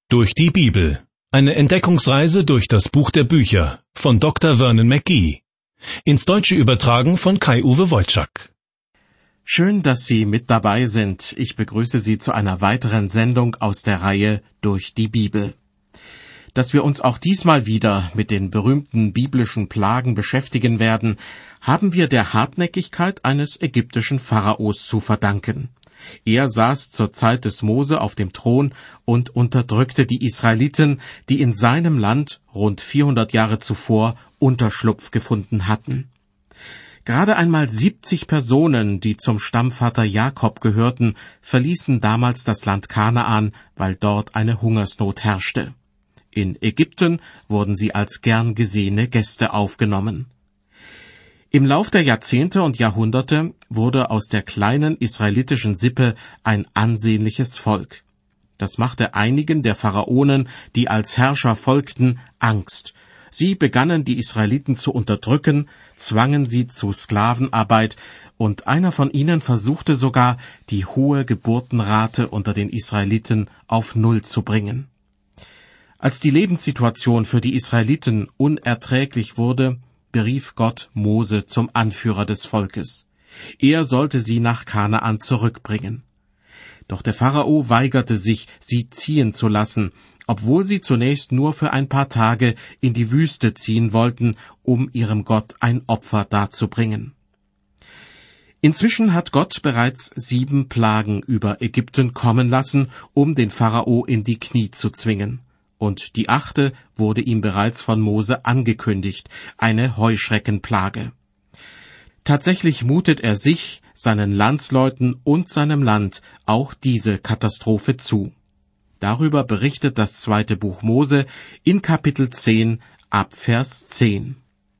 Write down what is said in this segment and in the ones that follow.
Durch die Bibel. Eine Entdeckungsreise durch das Buch der Bücher von Dr. Vernon McGee. Ins Deutsche übertragen von Kai-Uwe Wojczak. Schön, dass Sie mit dabei sind. Ich begrüße Sie zu einer weiteren Sendung aus der Reihe Durch die Bibel. Dass wir uns auch diesmal wieder mit den berühmten biblischen Plagen beschäftigen werden, haben wir der Hartnäckigkeit eines ägyptischen Pharaos zu verdanken. Er saß zur Zeit des Mose auf dem Thron und unterdrückte die Israeliten, die in seinem Land rund 400 Jahre zuvor Unterschlupf gefunden hatten. Gerade einmal 70 Personen, die zum Stammvater Jakob gehörten, verließen damals das Land Kanaan, weil dort eine Hungersnot herrschte. In Ägypten wurden sie als gern gesehene Gäste aufgenommen. Im Lauf der Jahrzehnte und Jahrhunderte wurde aus der kleinen israelitischen Sippe ein ansehnliches Volk. Das machte einigen der Pharaonen, die als Herrscher folgten, Angst. Sie begannen die Israeliten zu unterdrücken, zwangen sie zu Sklavenarbeit, und einer von ihnen versuchte sogar, die hohe Geburtenrate unter den Israeliten auf Null zu bringen. Als die Lebenssituation für die Israeliten unerträglich wurde, berief Gott Mose zum Anführer des Volkes. Er sollte sie nach Kanaan zurückbringen. Doch der Pharao weigerte sich, sie ziehen zu lassen, obwohl sie zunächst nur für ein paar Tage in die Wüste ziehen wollten, um ihrem Gott ein Opfer darzubringen. Inzwischen hat Gott bereits 7 Plagen über Ägypten kommen lassen, um den Pharao in die Knie zu zwingen. Und die 8. wurde ihm bereits von Mose angekündigt, eine Heuschreckenplage. Tatsächlich mutet er sich, seinen Landsleuten und seinem Land auch diese Katastrophe zu. Darüber berichtet das 2. Buch Mose in Kapitel 10 ab Vers 10.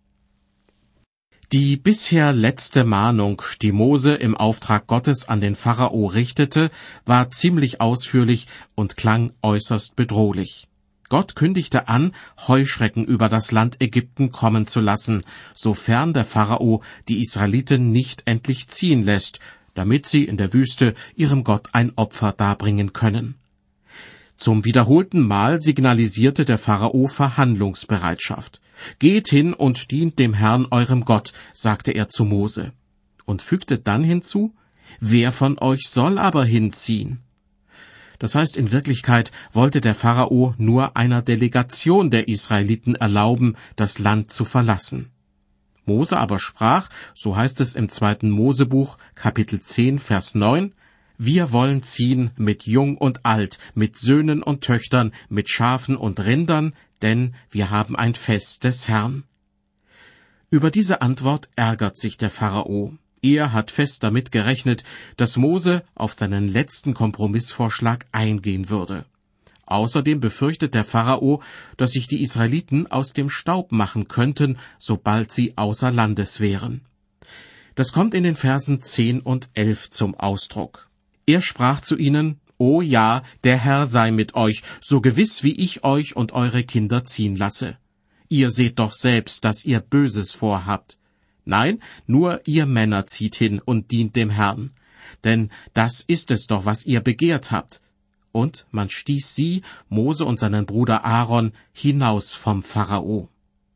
Die bisher letzte Mahnung, die Mose im Auftrag Gottes an den Pharao richtete, war ziemlich ausführlich und klang äußerst bedrohlich. Gott kündigte an, Heuschrecken über das Land Ägypten kommen zu lassen, sofern der Pharao die Israeliten nicht endlich ziehen lässt, damit sie in der Wüste ihrem Gott ein Opfer darbringen können. Zum wiederholten Mal signalisierte der Pharao Verhandlungsbereitschaft. »Geht hin und dient dem Herrn eurem Gott«, sagte er zu Mose, und fügte dann hinzu, »Wer von euch soll aber hinziehen?« Das heißt, in Wirklichkeit wollte der Pharao nur einer Delegation der Israeliten erlauben, das Land zu verlassen. Mose aber sprach, so heißt es im 2. Mosebuch, Kapitel 10, Vers 9, »Wir wollen ziehen mit Jung und Alt, mit Söhnen und Töchtern, mit Schafen und Rindern, denn wir haben ein Fest des Herrn.« Über diese Antwort ärgert sich der Pharao. Er hat fest damit gerechnet, dass Mose auf seinen letzten Kompromissvorschlag eingehen würde. Außerdem befürchtet der Pharao, dass sich die Israeliten aus dem Staub machen könnten, sobald sie außer Landes wären. Das kommt in den Versen 10 und 11 zum Ausdruck. Er sprach zu ihnen, »O ja, der Herr sei mit euch, so gewiss wie ich euch und eure Kinder ziehen lasse. Ihr seht doch selbst, dass ihr Böses vorhabt. Nein, nur ihr Männer zieht hin und dient dem Herrn. Denn das ist es doch, was ihr begehrt habt.« Und man stieß sie, Mose und seinen Bruder Aaron, hinaus vom Pharao.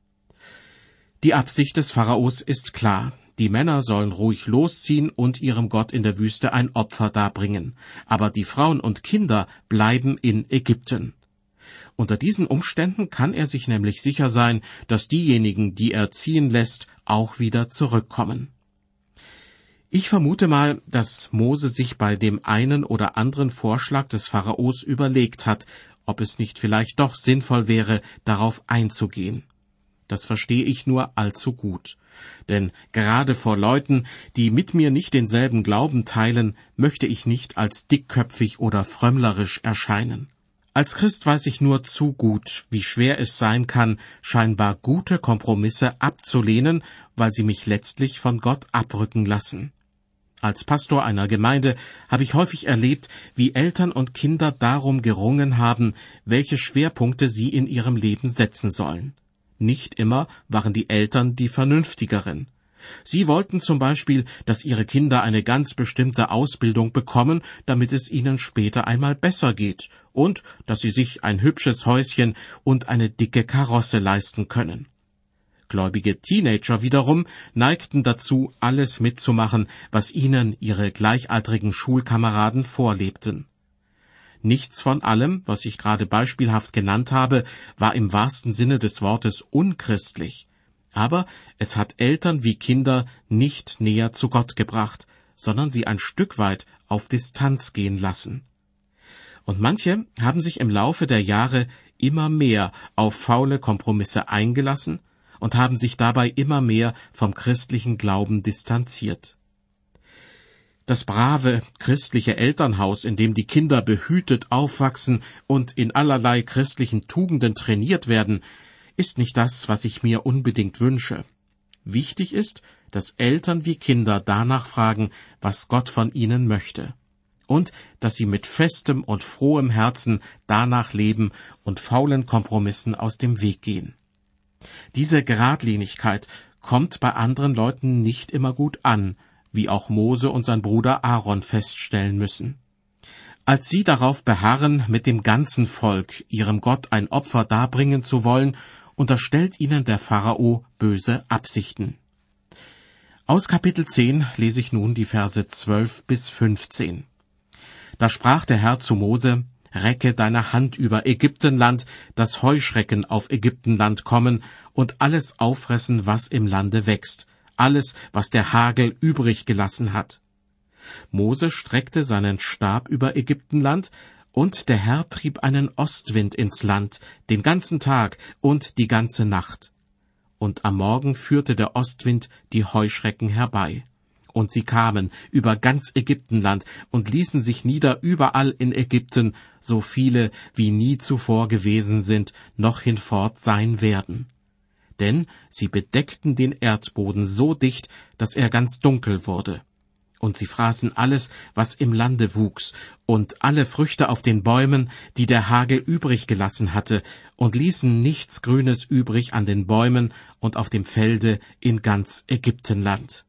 Die Absicht des Pharaos ist klar. Die Männer sollen ruhig losziehen und ihrem Gott in der Wüste ein Opfer darbringen. Aber die Frauen und Kinder bleiben in Ägypten. Unter diesen Umständen kann er sich nämlich sicher sein, dass diejenigen, die er ziehen lässt, auch wieder zurückkommen. Ich vermute mal, dass Mose sich bei dem einen oder anderen Vorschlag des Pharaos überlegt hat, ob es nicht vielleicht doch sinnvoll wäre, darauf einzugehen. Das verstehe ich nur allzu gut. Denn gerade vor Leuten, die mit mir nicht denselben Glauben teilen, möchte ich nicht als dickköpfig oder frömmlerisch erscheinen. Als Christ weiß ich nur zu gut, wie schwer es sein kann, scheinbar gute Kompromisse abzulehnen, weil sie mich letztlich von Gott abrücken lassen. Als Pastor einer Gemeinde habe ich häufig erlebt, wie Eltern und Kinder darum gerungen haben, welche Schwerpunkte sie in ihrem Leben setzen sollen. Nicht immer waren die Eltern die Vernünftigeren. Sie wollten zum Beispiel, dass ihre Kinder eine ganz bestimmte Ausbildung bekommen, damit es ihnen später einmal besser geht, und dass sie sich ein hübsches Häuschen und eine dicke Karosse leisten können. Gläubige Teenager wiederum neigten dazu, alles mitzumachen, was ihnen ihre gleichaltrigen Schulkameraden vorlebten. Nichts von allem, was ich gerade beispielhaft genannt habe, war im wahrsten Sinne des Wortes unchristlich. Aber es hat Eltern wie Kinder nicht näher zu Gott gebracht, sondern sie ein Stück weit auf Distanz gehen lassen. Und manche haben sich im Laufe der Jahre immer mehr auf faule Kompromisse eingelassen und haben sich dabei immer mehr vom christlichen Glauben distanziert. Das brave christliche Elternhaus, in dem die Kinder behütet aufwachsen und in allerlei christlichen Tugenden trainiert werden, ist nicht das, was ich mir unbedingt wünsche. Wichtig ist, dass Eltern wie Kinder danach fragen, was Gott von ihnen möchte, und dass sie mit festem und frohem Herzen danach leben und faulen Kompromissen aus dem Weg gehen. Diese Geradlinigkeit kommt bei anderen Leuten nicht immer gut an, wie auch Mose und sein Bruder Aaron feststellen müssen. Als sie darauf beharren, mit dem ganzen Volk ihrem Gott ein Opfer darbringen zu wollen, unterstellt ihnen der Pharao böse Absichten. Aus Kapitel 10 lese ich nun die Verse 12 bis 15. Da sprach der Herr zu Mose: Recke deine Hand über Ägyptenland, dass Heuschrecken auf Ägyptenland kommen und alles auffressen, was im Lande wächst, alles, was der Hagel übrig gelassen hat. Mose streckte seinen Stab über Ägyptenland, und der Herr trieb einen Ostwind ins Land, den ganzen Tag und die ganze Nacht. Und am Morgen führte der Ostwind die Heuschrecken herbei. Und sie kamen über ganz Ägyptenland und ließen sich nieder überall in Ägypten, so viele, wie nie zuvor gewesen sind, noch hinfort sein werden. Denn sie bedeckten den Erdboden so dicht, dass er ganz dunkel wurde. Und sie fraßen alles, was im Lande wuchs, und alle Früchte auf den Bäumen, die der Hagel übrig gelassen hatte, und ließen nichts Grünes übrig an den Bäumen und auf dem Felde in ganz Ägyptenland.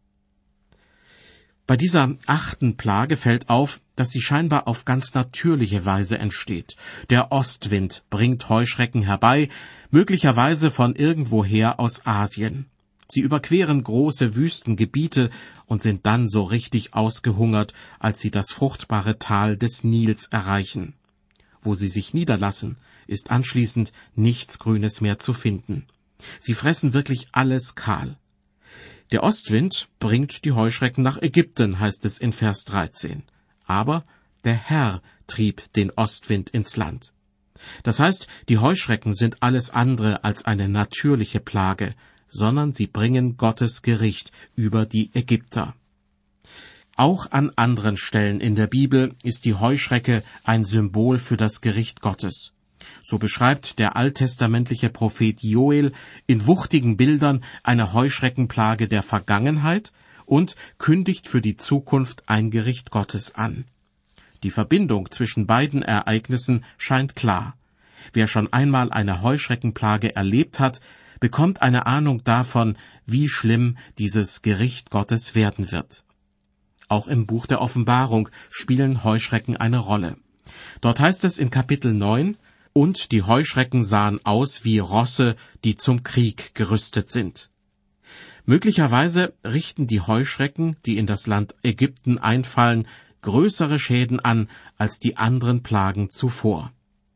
Bei dieser 8. Plage fällt auf, dass sie scheinbar auf ganz natürliche Weise entsteht. Der Ostwind bringt Heuschrecken herbei, möglicherweise von irgendwoher aus Asien. Sie überqueren große Wüstengebiete und sind dann so richtig ausgehungert, als sie das fruchtbare Tal des Nils erreichen. Wo sie sich niederlassen, ist anschließend nichts Grünes mehr zu finden. Sie fressen wirklich alles kahl. Der Ostwind bringt die Heuschrecken nach Ägypten, heißt es in Vers 13. Aber der Herr trieb den Ostwind ins Land. Das heißt, die Heuschrecken sind alles andere als eine natürliche Plage, sondern sie bringen Gottes Gericht über die Ägypter. Auch an anderen Stellen in der Bibel ist die Heuschrecke ein Symbol für das Gericht Gottes. So beschreibt der alttestamentliche Prophet Joel in wuchtigen Bildern eine Heuschreckenplage der Vergangenheit und kündigt für die Zukunft ein Gericht Gottes an. Die Verbindung zwischen beiden Ereignissen scheint klar. Wer schon einmal eine Heuschreckenplage erlebt hat, bekommt eine Ahnung davon, wie schlimm dieses Gericht Gottes werden wird. Auch im Buch der Offenbarung spielen Heuschrecken eine Rolle. Dort heißt es in Kapitel 9, und die Heuschrecken sahen aus wie Rosse, die zum Krieg gerüstet sind. Möglicherweise richten die Heuschrecken, die in das Land Ägypten einfallen, größere Schäden an als die anderen Plagen zuvor.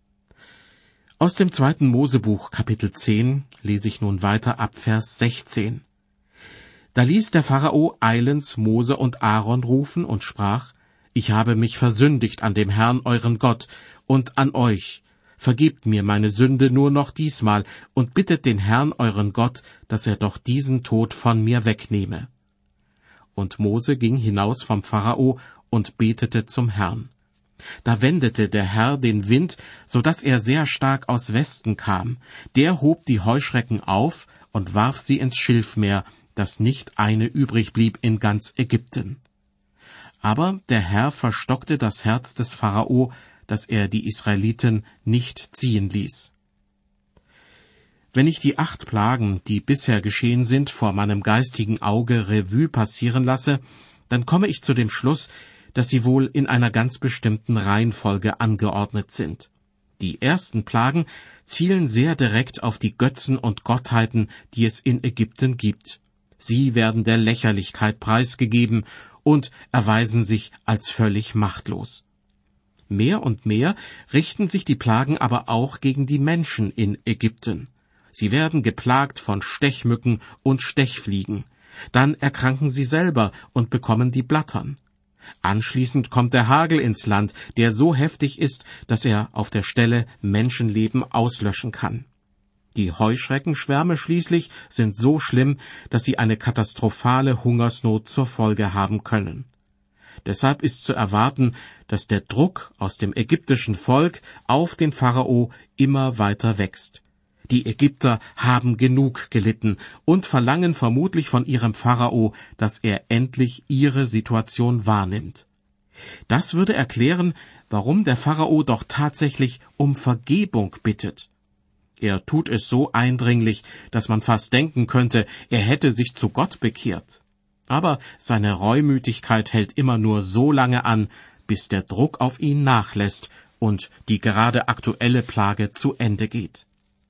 Aus dem 2. Mosebuch, Kapitel 10, lese ich nun weiter ab Vers 16. Da ließ der Pharao eilends Mose und Aaron rufen und sprach: Ich habe mich versündigt an dem Herrn euren Gott und an euch. Vergebt mir meine Sünde nur noch diesmal und bittet den Herrn euren Gott, dass er doch diesen Tod von mir wegnehme. Und Mose ging hinaus vom Pharao und betete zum Herrn. Da wendete der Herr den Wind, so dass er sehr stark aus Westen kam. Der hob die Heuschrecken auf und warf sie ins Schilfmeer, dass nicht eine übrig blieb in ganz Ägypten. Aber der Herr verstockte das Herz des Pharao, dass er die Israeliten nicht ziehen ließ. Wenn ich die 8 Plagen, die bisher geschehen sind, vor meinem geistigen Auge Revue passieren lasse, dann komme ich zu dem Schluss, dass sie wohl in einer ganz bestimmten Reihenfolge angeordnet sind. Die ersten Plagen zielen sehr direkt auf die Götzen und Gottheiten, die es in Ägypten gibt. Sie werden der Lächerlichkeit preisgegeben und erweisen sich als völlig machtlos. Mehr und mehr richten sich die Plagen aber auch gegen die Menschen in Ägypten. Sie werden geplagt von Stechmücken und Stechfliegen. Dann erkranken sie selber und bekommen die Blattern. Anschließend kommt der Hagel ins Land, der so heftig ist, dass er auf der Stelle Menschenleben auslöschen kann. Die Heuschreckenschwärme schließlich sind so schlimm, dass sie eine katastrophale Hungersnot zur Folge haben können. Deshalb ist zu erwarten, dass der Druck aus dem ägyptischen Volk auf den Pharao immer weiter wächst. Die Ägypter haben genug gelitten und verlangen vermutlich von ihrem Pharao, dass er endlich ihre Situation wahrnimmt. Das würde erklären, warum der Pharao doch tatsächlich um Vergebung bittet. Er tut es so eindringlich, dass man fast denken könnte, er hätte sich zu Gott bekehrt. Aber seine Reumütigkeit hält immer nur so lange an, bis der Druck auf ihn nachlässt und die gerade aktuelle Plage zu Ende geht.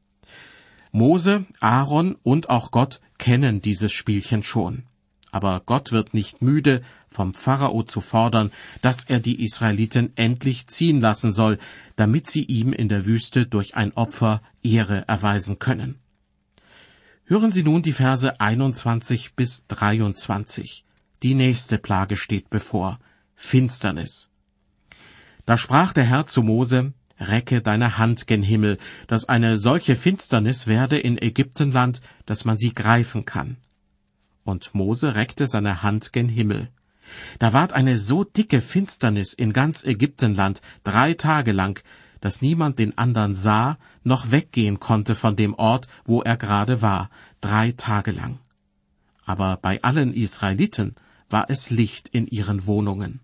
Mose, Aaron und auch Gott kennen dieses Spielchen schon. Aber Gott wird nicht müde, vom Pharao zu fordern, dass er die Israeliten endlich ziehen lassen soll, damit sie ihm in der Wüste durch ein Opfer Ehre erweisen können. Hören Sie nun die Verse 21 bis 23. Die nächste Plage steht bevor: Finsternis. Da sprach der Herr zu Mose: Recke deine Hand gen Himmel, dass eine solche Finsternis werde in Ägyptenland, dass man sie greifen kann. Und Mose reckte seine Hand gen Himmel. Da ward eine so dicke Finsternis in ganz Ägyptenland 3 Tage lang, dass niemand den andern sah, noch weggehen konnte von dem Ort, wo er gerade war, 3 Tage lang. Aber bei allen Israeliten war es Licht in ihren Wohnungen.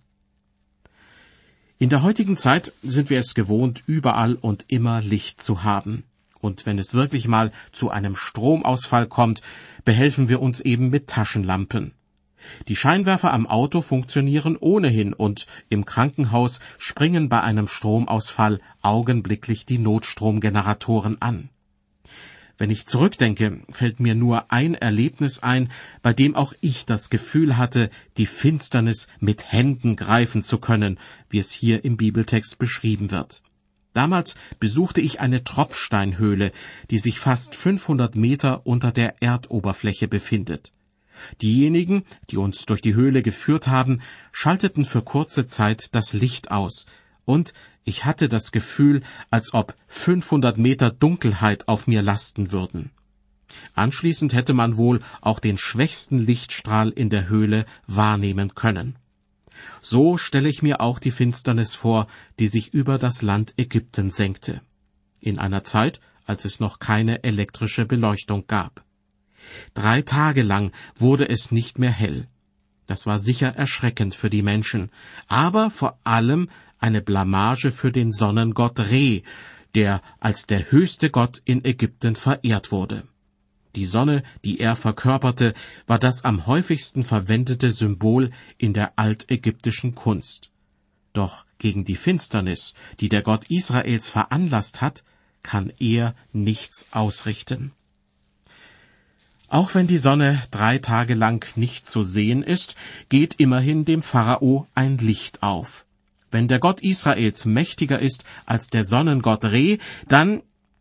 In der heutigen Zeit sind wir es gewohnt, überall und immer Licht zu haben. Und wenn es wirklich mal zu einem Stromausfall kommt, behelfen wir uns eben mit Taschenlampen. Die Scheinwerfer am Auto funktionieren ohnehin und im Krankenhaus springen bei einem Stromausfall augenblicklich die Notstromgeneratoren an. Wenn ich zurückdenke, fällt mir nur ein Erlebnis ein, bei dem auch ich das Gefühl hatte, die Finsternis mit Händen greifen zu können, wie es hier im Bibeltext beschrieben wird. Damals besuchte ich eine Tropfsteinhöhle, die sich fast 500 Meter unter der Erdoberfläche befindet. Diejenigen, die uns durch die Höhle geführt haben, schalteten für kurze Zeit das Licht aus, und ich hatte das Gefühl, als ob 500 Meter Dunkelheit auf mir lasten würden. Anschließend hätte man wohl auch den schwächsten Lichtstrahl in der Höhle wahrnehmen können. So stelle ich mir auch die Finsternis vor, die sich über das Land Ägypten senkte. In einer Zeit, als es noch keine elektrische Beleuchtung gab. 3 Tage lang wurde es nicht mehr hell. Das war sicher erschreckend für die Menschen, aber vor allem eine Blamage für den Sonnengott Re, der als der höchste Gott in Ägypten verehrt wurde. Die Sonne, die er verkörperte, war das am häufigsten verwendete Symbol in der altägyptischen Kunst. Doch gegen die Finsternis, die der Gott Israels veranlasst hat, kann er nichts ausrichten. Auch wenn die Sonne 3 Tage lang nicht zu sehen ist, geht immerhin dem Pharao ein Licht auf. Wenn der Gott Israels mächtiger ist als der Sonnengott Re, dann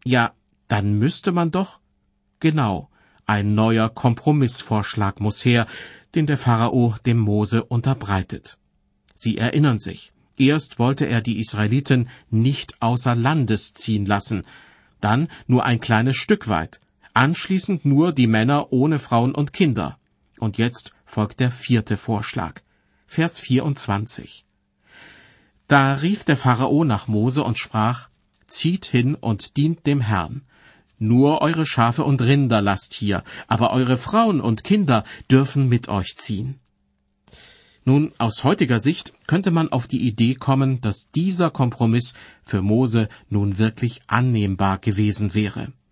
müsste man doch. Genau, ein neuer Kompromissvorschlag muss her, den der Pharao dem Mose unterbreitet. Sie erinnern sich, erst wollte er die Israeliten nicht außer Landes ziehen lassen, dann nur ein kleines Stück weit, anschließend nur die Männer ohne Frauen und Kinder. Und jetzt folgt der 4. Vorschlag. Vers 24. Da rief der Pharao nach Mose und sprach: Zieht hin und dient dem Herrn. Nur eure Schafe und Rinder lasst hier, aber eure Frauen und Kinder dürfen mit euch ziehen. Nun, aus heutiger Sicht könnte man auf die Idee kommen, dass dieser Kompromiss für Mose nun wirklich annehmbar gewesen wäre.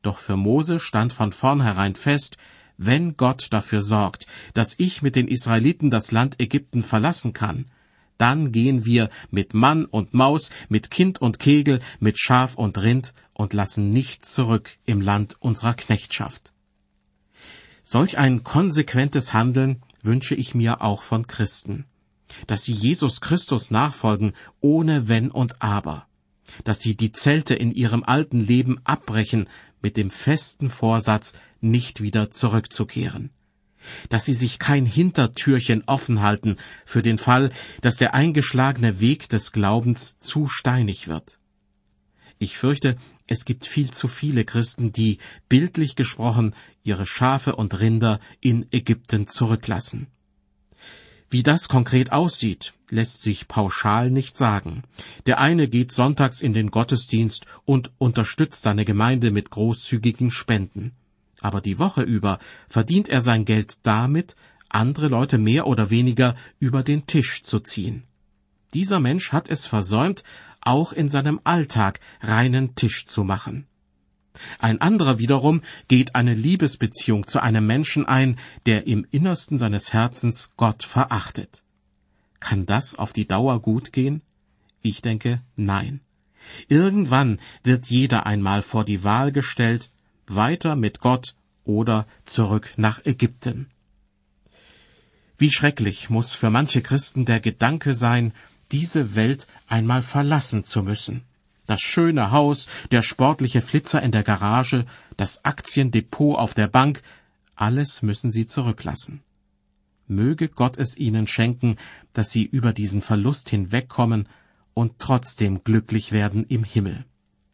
Doch für Mose stand von vornherein fest, wenn Gott dafür sorgt, dass ich mit den Israeliten das Land Ägypten verlassen kann, dann gehen wir mit Mann und Maus, mit Kind und Kegel, mit Schaf und Rind und lassen nichts zurück im Land unserer Knechtschaft. Solch ein konsequentes Handeln wünsche ich mir auch von Christen, dass sie Jesus Christus nachfolgen ohne Wenn und Aber, dass sie die Zelte in ihrem alten Leben abbrechen mit dem festen Vorsatz, nicht wieder zurückzukehren, dass sie sich kein Hintertürchen offen halten für den Fall, dass der eingeschlagene Weg des Glaubens zu steinig wird. Ich fürchte, es gibt viel zu viele Christen, die, bildlich gesprochen, ihre Schafe und Rinder in Ägypten zurücklassen. Wie das konkret aussieht, lässt sich pauschal nicht sagen. Der eine geht sonntags in den Gottesdienst und unterstützt seine Gemeinde mit großzügigen Spenden. Aber die Woche über verdient er sein Geld damit, andere Leute mehr oder weniger über den Tisch zu ziehen. Dieser Mensch hat es versäumt, auch in seinem Alltag reinen Tisch zu machen. Ein anderer wiederum geht eine Liebesbeziehung zu einem Menschen ein, der im Innersten seines Herzens Gott verachtet. Kann das auf die Dauer gut gehen? Ich denke, nein. Irgendwann wird jeder einmal vor die Wahl gestellt, weiter mit Gott oder zurück nach Ägypten. Wie schrecklich muss für manche Christen der Gedanke sein, diese Welt einmal verlassen zu müssen. Das schöne Haus, der sportliche Flitzer in der Garage, das Aktiendepot auf der Bank, alles müssen sie zurücklassen. Möge Gott es ihnen schenken, dass sie über diesen Verlust hinwegkommen und trotzdem glücklich werden im Himmel.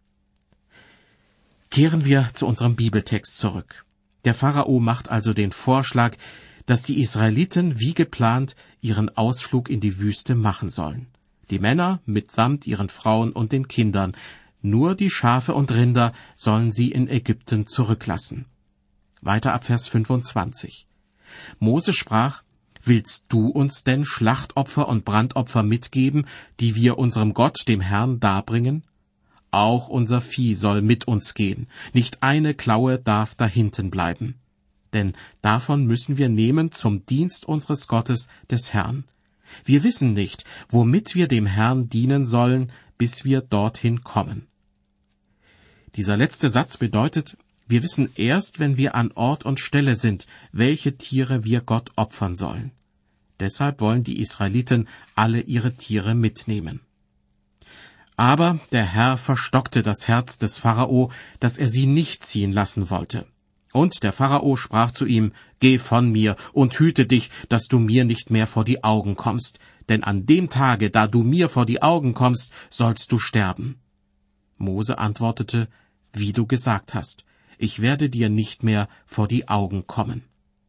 Kehren wir zu unserem Bibeltext zurück. Der Pharao macht also den Vorschlag, dass die Israeliten wie geplant ihren Ausflug in die Wüste machen sollen. Die Männer mitsamt ihren Frauen und den Kindern, nur die Schafe und Rinder sollen sie in Ägypten zurücklassen. Weiter ab Vers 25. Mose sprach: Willst du uns denn Schlachtopfer und Brandopfer mitgeben, die wir unserem Gott, dem Herrn, darbringen? Auch unser Vieh soll mit uns gehen, nicht eine Klaue darf dahinten bleiben. Denn davon müssen wir nehmen zum Dienst unseres Gottes, des Herrn. Wir wissen nicht, womit wir dem Herrn dienen sollen, bis wir dorthin kommen. Dieser letzte Satz bedeutet, wir wissen erst, wenn wir an Ort und Stelle sind, welche Tiere wir Gott opfern sollen. Deshalb wollen die Israeliten alle ihre Tiere mitnehmen. Aber der Herr verstockte das Herz des Pharao, dass er sie nicht ziehen lassen wollte. Und der Pharao sprach zu ihm: Geh von mir und hüte dich, dass du mir nicht mehr vor die Augen kommst, denn an dem Tage, da du mir vor die Augen kommst, sollst du sterben. Mose antwortete: Wie du gesagt hast, ich werde dir nicht mehr vor die Augen kommen.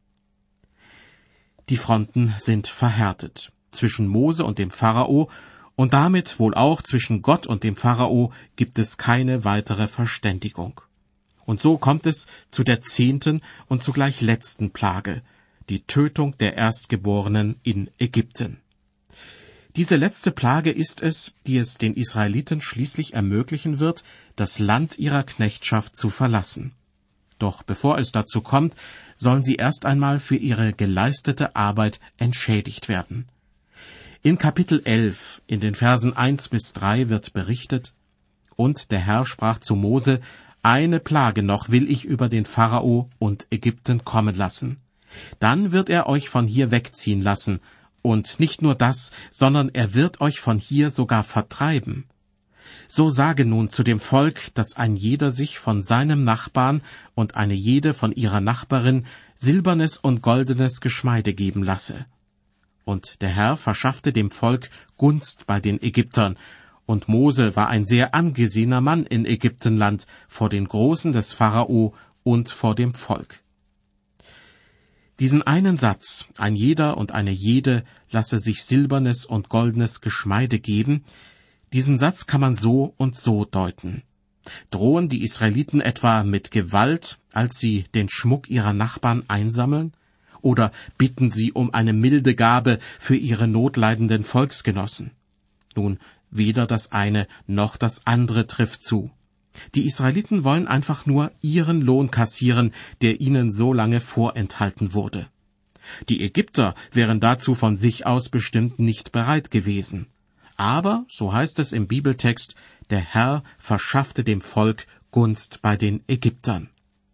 Die Fronten sind verhärtet zwischen Mose und dem Pharao, und damit wohl auch zwischen Gott und dem Pharao gibt es keine weitere Verständigung. Und so kommt es zu der 10. und zugleich letzten Plage, die Tötung der Erstgeborenen in Ägypten. Diese letzte Plage ist es, die es den Israeliten schließlich ermöglichen wird, das Land ihrer Knechtschaft zu verlassen. Doch bevor es dazu kommt, sollen sie erst einmal für ihre geleistete Arbeit entschädigt werden. In Kapitel 11, in den Versen 1-3 wird berichtet: Und der Herr sprach zu Mose: Eine Plage noch will ich über den Pharao und Ägypten kommen lassen. Dann wird er euch von hier wegziehen lassen, und nicht nur das, sondern er wird euch von hier sogar vertreiben. So sage nun zu dem Volk, dass ein jeder sich von seinem Nachbarn und eine jede von ihrer Nachbarin silbernes und goldenes Geschmeide geben lasse. Und der Herr verschaffte dem Volk Gunst bei den Ägyptern, und Mose war ein sehr angesehener Mann in Ägyptenland vor den Großen des Pharao und vor dem Volk. Diesen einen Satz, ein jeder und eine jede lasse sich silbernes und goldenes Geschmeide geben, diesen Satz kann man so und so deuten. Drohen die Israeliten etwa mit Gewalt, als sie den Schmuck ihrer Nachbarn einsammeln? Oder bitten sie um eine milde Gabe für ihre notleidenden Volksgenossen? Nun, weder das eine noch das andere trifft zu. Die Israeliten wollen einfach nur ihren Lohn kassieren, der ihnen so lange vorenthalten wurde. Die Ägypter wären dazu von sich aus bestimmt nicht bereit gewesen. Aber, so heißt es im Bibeltext, der Herr verschaffte dem Volk Gunst bei den Ägyptern.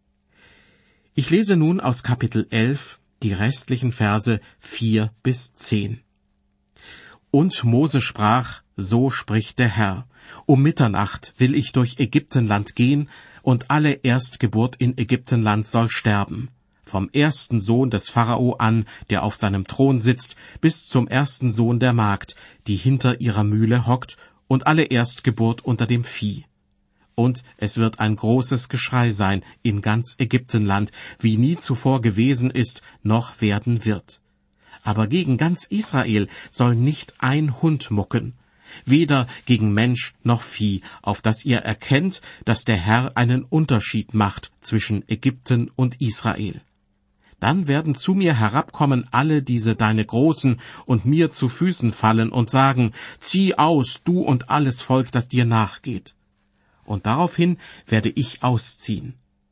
Ich lese nun aus Kapitel 11 die restlichen Verse 4 bis 10. Und Mose sprach, so spricht der Herr, um Mitternacht will ich durch Ägyptenland gehen, und alle Erstgeburt in Ägyptenland soll sterben. Vom ersten Sohn des Pharao an, der auf seinem Thron sitzt, bis zum ersten Sohn der Magd, die hinter ihrer Mühle hockt, und alle Erstgeburt unter dem Vieh. Und es wird ein großes Geschrei sein in ganz Ägyptenland, wie nie zuvor gewesen ist, noch werden wird. Aber gegen ganz Israel soll nicht ein Hund mucken, weder gegen Mensch noch Vieh, auf dass ihr erkennt, dass der Herr einen Unterschied macht zwischen Ägypten und Israel. Dann werden zu mir herabkommen alle diese deine Großen und mir zu Füßen fallen und sagen, zieh aus, du und alles Volk, das dir nachgeht. Und daraufhin werde ich ausziehen.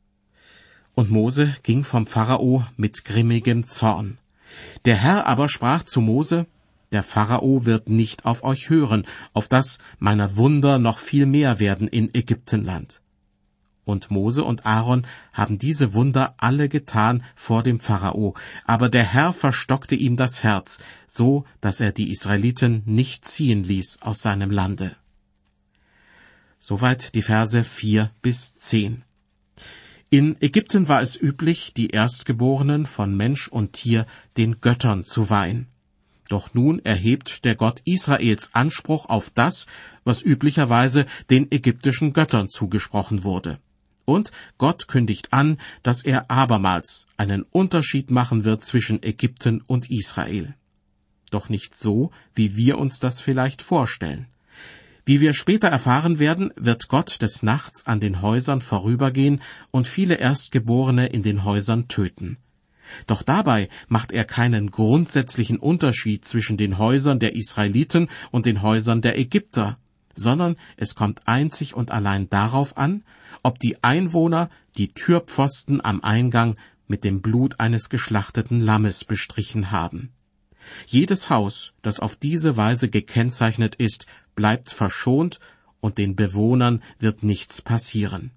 Und Mose ging vom Pharao mit grimmigem Zorn. Der Herr aber sprach zu Mose, der Pharao wird nicht auf euch hören, auf dass meiner Wunder noch viel mehr werden in Ägyptenland. Und Mose und Aaron haben diese Wunder alle getan vor dem Pharao, aber der Herr verstockte ihm das Herz, so dass er die Israeliten nicht ziehen ließ aus seinem Lande. Soweit die Verse 4 bis 10. In Ägypten war es üblich, die Erstgeborenen von Mensch und Tier den Göttern zu weihen. Doch nun erhebt der Gott Israels Anspruch auf das, was üblicherweise den ägyptischen Göttern zugesprochen wurde. Und Gott kündigt an, dass er abermals einen Unterschied machen wird zwischen Ägypten und Israel. Doch nicht so, wie wir uns das vielleicht vorstellen. Wie wir später erfahren werden, wird Gott des Nachts an den Häusern vorübergehen und viele Erstgeborene in den Häusern töten. Doch dabei macht er keinen grundsätzlichen Unterschied zwischen den Häusern der Israeliten und den Häusern der Ägypter, sondern es kommt einzig und allein darauf an, ob die Einwohner die Türpfosten am Eingang mit dem Blut eines geschlachteten Lammes bestrichen haben. Jedes Haus, das auf diese Weise gekennzeichnet ist, bleibt verschont und den Bewohnern wird nichts passieren.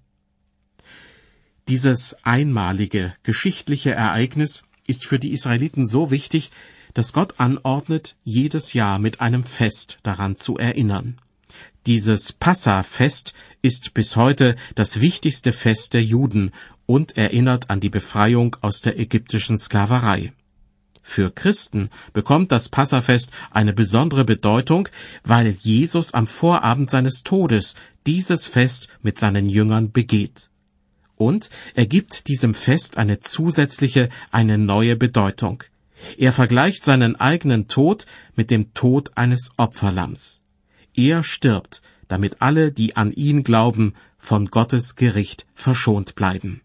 Dieses einmalige, geschichtliche Ereignis ist für die Israeliten so wichtig, dass Gott anordnet, jedes Jahr mit einem Fest daran zu erinnern. Dieses Passa-Fest ist bis heute das wichtigste Fest der Juden und erinnert an die Befreiung aus der ägyptischen Sklaverei. Für Christen bekommt das Passafest eine besondere Bedeutung, weil Jesus am Vorabend seines Todes dieses Fest mit seinen Jüngern begeht. Und er gibt diesem Fest eine zusätzliche, eine neue Bedeutung. Er vergleicht seinen eigenen Tod mit dem Tod eines Opferlamms. Er stirbt, damit alle, die an ihn glauben, von Gottes Gericht verschont bleiben.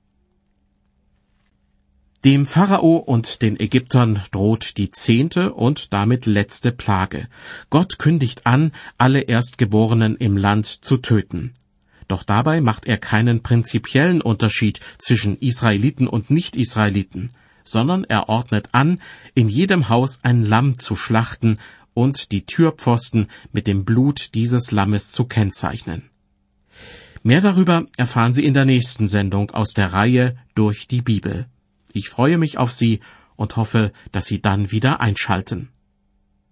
Dem Pharao und den Ägyptern droht die 10. und damit letzte Plage. Gott kündigt an, alle Erstgeborenen im Land zu töten. Doch dabei macht er keinen prinzipiellen Unterschied zwischen Israeliten und Nicht-Israeliten, sondern er ordnet an, in jedem Haus ein Lamm zu schlachten und die Türpfosten mit dem Blut dieses Lammes zu kennzeichnen. Mehr darüber erfahren Sie in der nächsten Sendung aus der Reihe Durch die Bibel. Ich freue mich auf Sie und hoffe, dass Sie dann wieder einschalten.